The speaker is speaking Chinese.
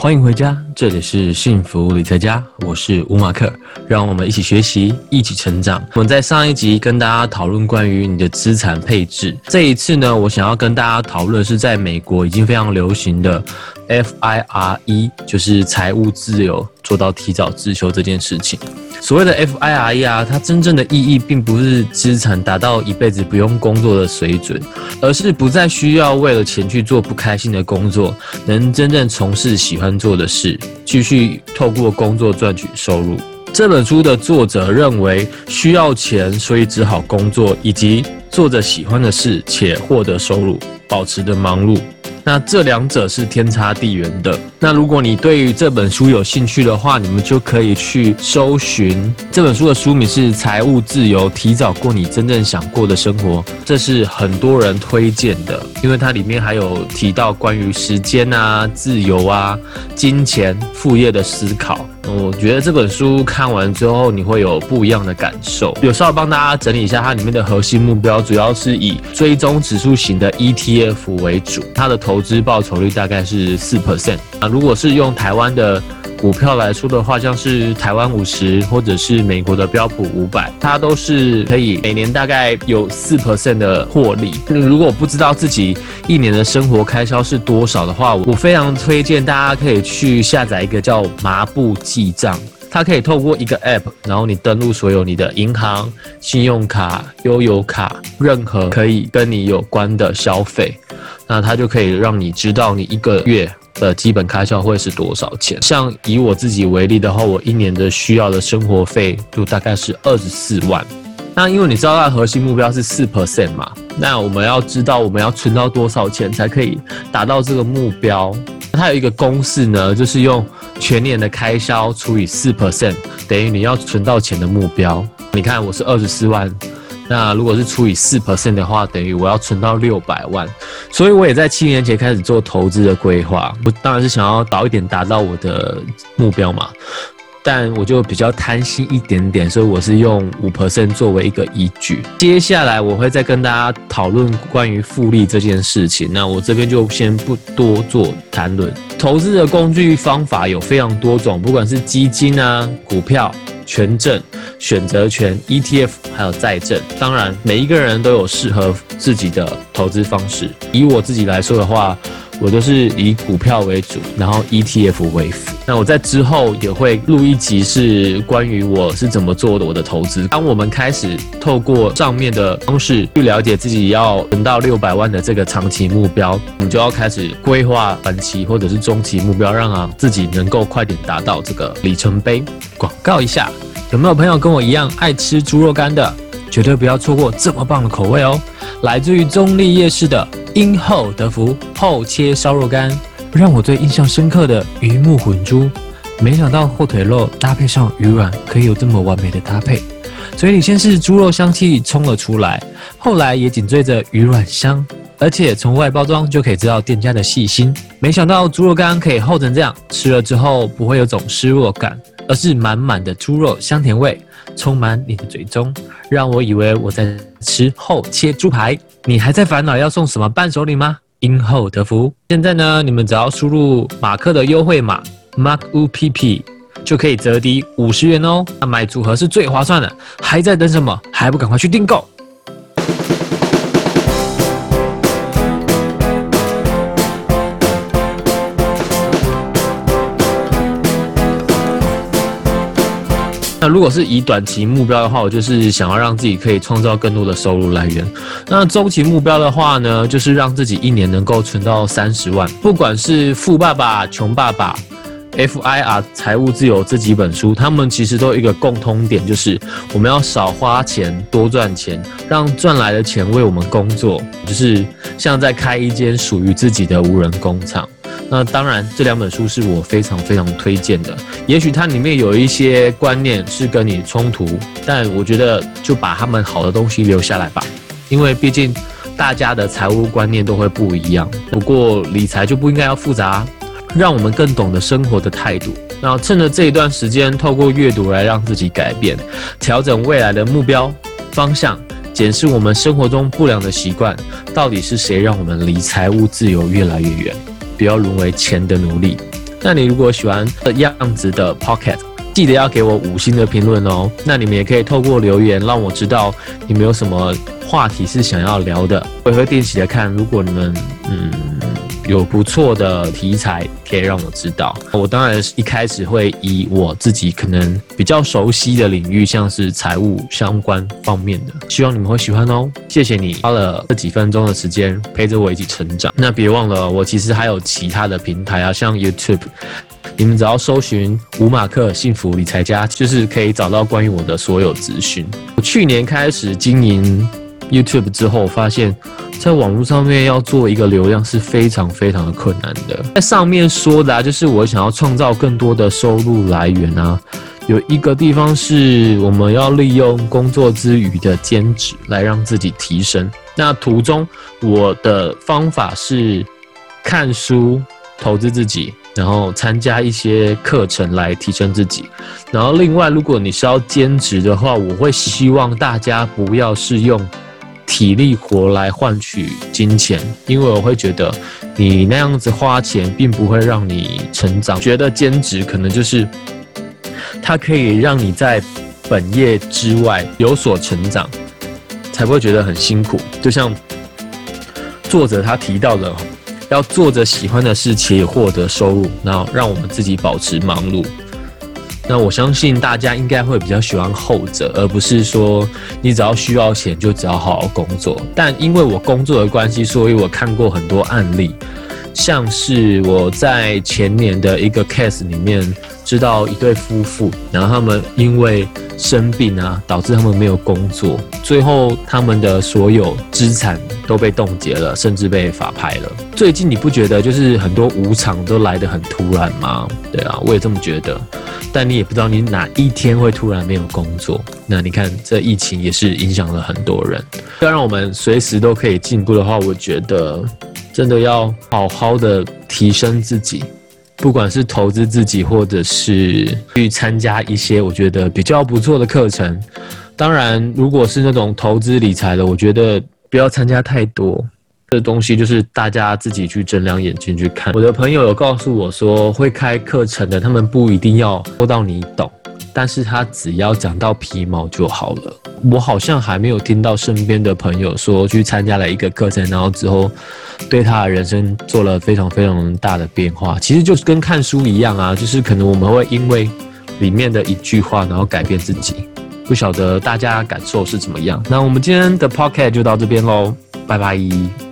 欢迎回家，这里是幸福理财家，我是吴马克，让我们一起学习，一起成长。我们在上一集跟大家讨论关于你的资产配置，这一次呢，我想要跟大家讨论的是在美国已经非常流行的 FIRE， 就是财务自由，做到提早退休这件事情。所谓的 FIRE 啊，它真正的意义并不是资产达到一辈子不用工作的水准，而是不再需要为了钱去做不开心的工作，能真正从事喜欢做的事，继续透过工作赚取收入。这本书的作者认为，需要钱，所以只好工作，以及做着喜欢的事且获得收入，保持着忙碌。那这两者是天差地远的。那如果你对于这本书有兴趣的话，你们就可以去搜寻这本书的书名是《财务自由：提早过你真正想过的生活》，这是很多人推荐的，因为它里面还有提到关于时间啊、自由啊、金钱、副业的思考。我觉得这本书看完之后，你会有不一样的感受。有稍微帮大家整理一下它里面的核心目标，主要是以追踪指数型的 ETF 为主，它的投资报酬率大概是 4%。如果是用台湾的股票来说的话，像是台湾50或者是美国的标普500，它都是可以每年大概有 4% 的获利。如果不知道自己一年的生活开销是多少的话，我非常推荐大家可以去下载一个叫麻布记账。它可以透过一个 App， 然后你登录所有你的银行、信用卡、悠游卡，任何可以跟你有关的消费，那它就可以让你知道你一个月的基本开销会是多少钱。像以我自己为例的话，我一年的需要的生活费就大概是24万。那因为你知道它的核心目标是 4% 嘛，那我们要知道我们要存到多少钱才可以达到这个目标。它有一个公式呢，就是用全年的开销除以 4%， 等于你要存到钱的目标。你看我是24万，那如果是除以 4% 的话，等于我要存到600万。所以我也在7年前开始做投资的规划，我当然是想要早一点达到我的目标嘛，但我就比较贪心一点点，所以我是用 5% 作为一个依据。接下来我会再跟大家讨论关于复利这件事情，那我这边就先不多做谈论。投资的工具方法有非常多种，不管是基金啊、股票、权证、选择权、ETF 还有债证，当然每一个人都有适合自己的投资方式。以我自己来说的话，我都是以股票为主，然后 ETF 为辅。那我在之后也会录一集是关于我是怎么做的我的投资。当我们开始透过上面的方式去了解自己要存到600万的这个长期目标，你就要开始规划短期或者是中期目标，让自己能够快点达到这个里程碑。广告一下，有没有朋友跟我一样爱吃猪肉干的？绝对不要错过这么棒的口味哦！来自于中立夜市的因厚得福厚切烧肉干，让我最印象深刻的鱼目混珠，没想到后腿肉搭配上鱼软可以有这么完美的搭配。嘴里先是猪肉香气冲了出来，后来也紧追着鱼软香，而且从外包装就可以知道店家的细心。没想到猪肉干可以厚成这样，吃了之后不会有种失落感，而是满满的猪肉香甜味充满你的嘴中，让我以为我在吃厚切猪排。你还在烦恼要送什么伴手礼吗？因厚得福。现在呢，你们只要输入马克的优惠码 MARKUPP 就可以折抵50元哦。那买组合是最划算的，还在等什么？还不赶快去订购！那如果是以短期目标的话，我就是想要让自己可以创造更多的收入来源。那中期目标的话呢，就是让自己一年能够存到30万。不管是富爸爸、穷爸爸、FIRE 财务自由这几本书，他们其实都有一个共通点，就是我们要少花钱多赚钱，让赚来的钱为我们工作，就是像在开一间属于自己的无人工厂。那当然这两本书是我非常非常推荐的，也许它里面有一些观念是跟你冲突，但我觉得就把他们好的东西留下来吧，因为毕竟大家的财务观念都会不一样。不过理财就不应该要复杂，让我们更懂得生活的态度。那趁着这一段时间，透过阅读来让自己改变，调整未来的目标方向，检视我们生活中不良的习惯，到底是谁让我们离财务自由越来越远？不要沦为钱的奴隶。 那你如果喜欢这样子的 podcast， 记得要给我5星的评论哦。那你们也可以透过留言让我知道你们有什么话题是想要聊的，我也会定期的看。如果你们有不错的题材，可以让我知道。我当然一开始会以我自己可能比较熟悉的领域，像是财务相关方面的，希望你们会喜欢哦。谢谢你花了这几分钟的时间陪着我一起成长。那别忘了，我其实还有其他的平台啊，像 YouTube， 你们只要搜寻吴马克幸福理财家，就是可以找到关于我的所有资讯。我去年开始经营 YouTube 之后，发现在网络上面要做一个流量是非常非常的困难的。在上面说的就是我想要创造更多的收入来源啊，有一个地方是我们要利用工作之余的兼职来让自己提升。那途中我的方法是看书投资自己，然后参加一些课程来提升自己。然后另外，如果你是要兼职的话，我会希望大家不要是用体力活来换取金钱，因为我会觉得你那样子花钱并不会让你成长。觉得兼职可能就是它可以让你在本业之外有所成长，才不会觉得很辛苦。就像作者他提到的，要做着喜欢的事且也获得收入，然后让我们自己保持忙碌。那我相信大家应该会比较喜欢后者，而不是说你只要需要钱就只要好好工作。但因为我工作的关系，所以我看过很多案例，像是我在前年的一个 case 里面知道一对夫妇，然后他们因为生病啊，导致他们没有工作，最后他们的所有资产都被冻结了，甚至被法拍了。最近你不觉得就是很多无常都来得很突然吗？对啊，我也这么觉得。但你也不知道你哪一天会突然没有工作。那你看，这疫情也是影响了很多人。要让我们随时都可以进步的话，我觉得真的要好好的提升自己，不管是投资自己，或者是去参加一些我觉得比较不错的课程。当然，如果是那种投资理财的，我觉得不要参加太多。这东西就是大家自己去睁亮眼睛去看。我的朋友有告诉我说，会开课程的，他们不一定要说到你懂，但是他只要讲到皮毛就好了。我好像还没有听到身边的朋友说去参加了一个课程，然后之后对他的人生做了非常非常大的变化。其实就跟看书一样啊，就是可能我们会因为里面的一句话，然后改变自己。不晓得大家感受是怎么样？那我们今天的 podcast 就到这边咯，拜拜。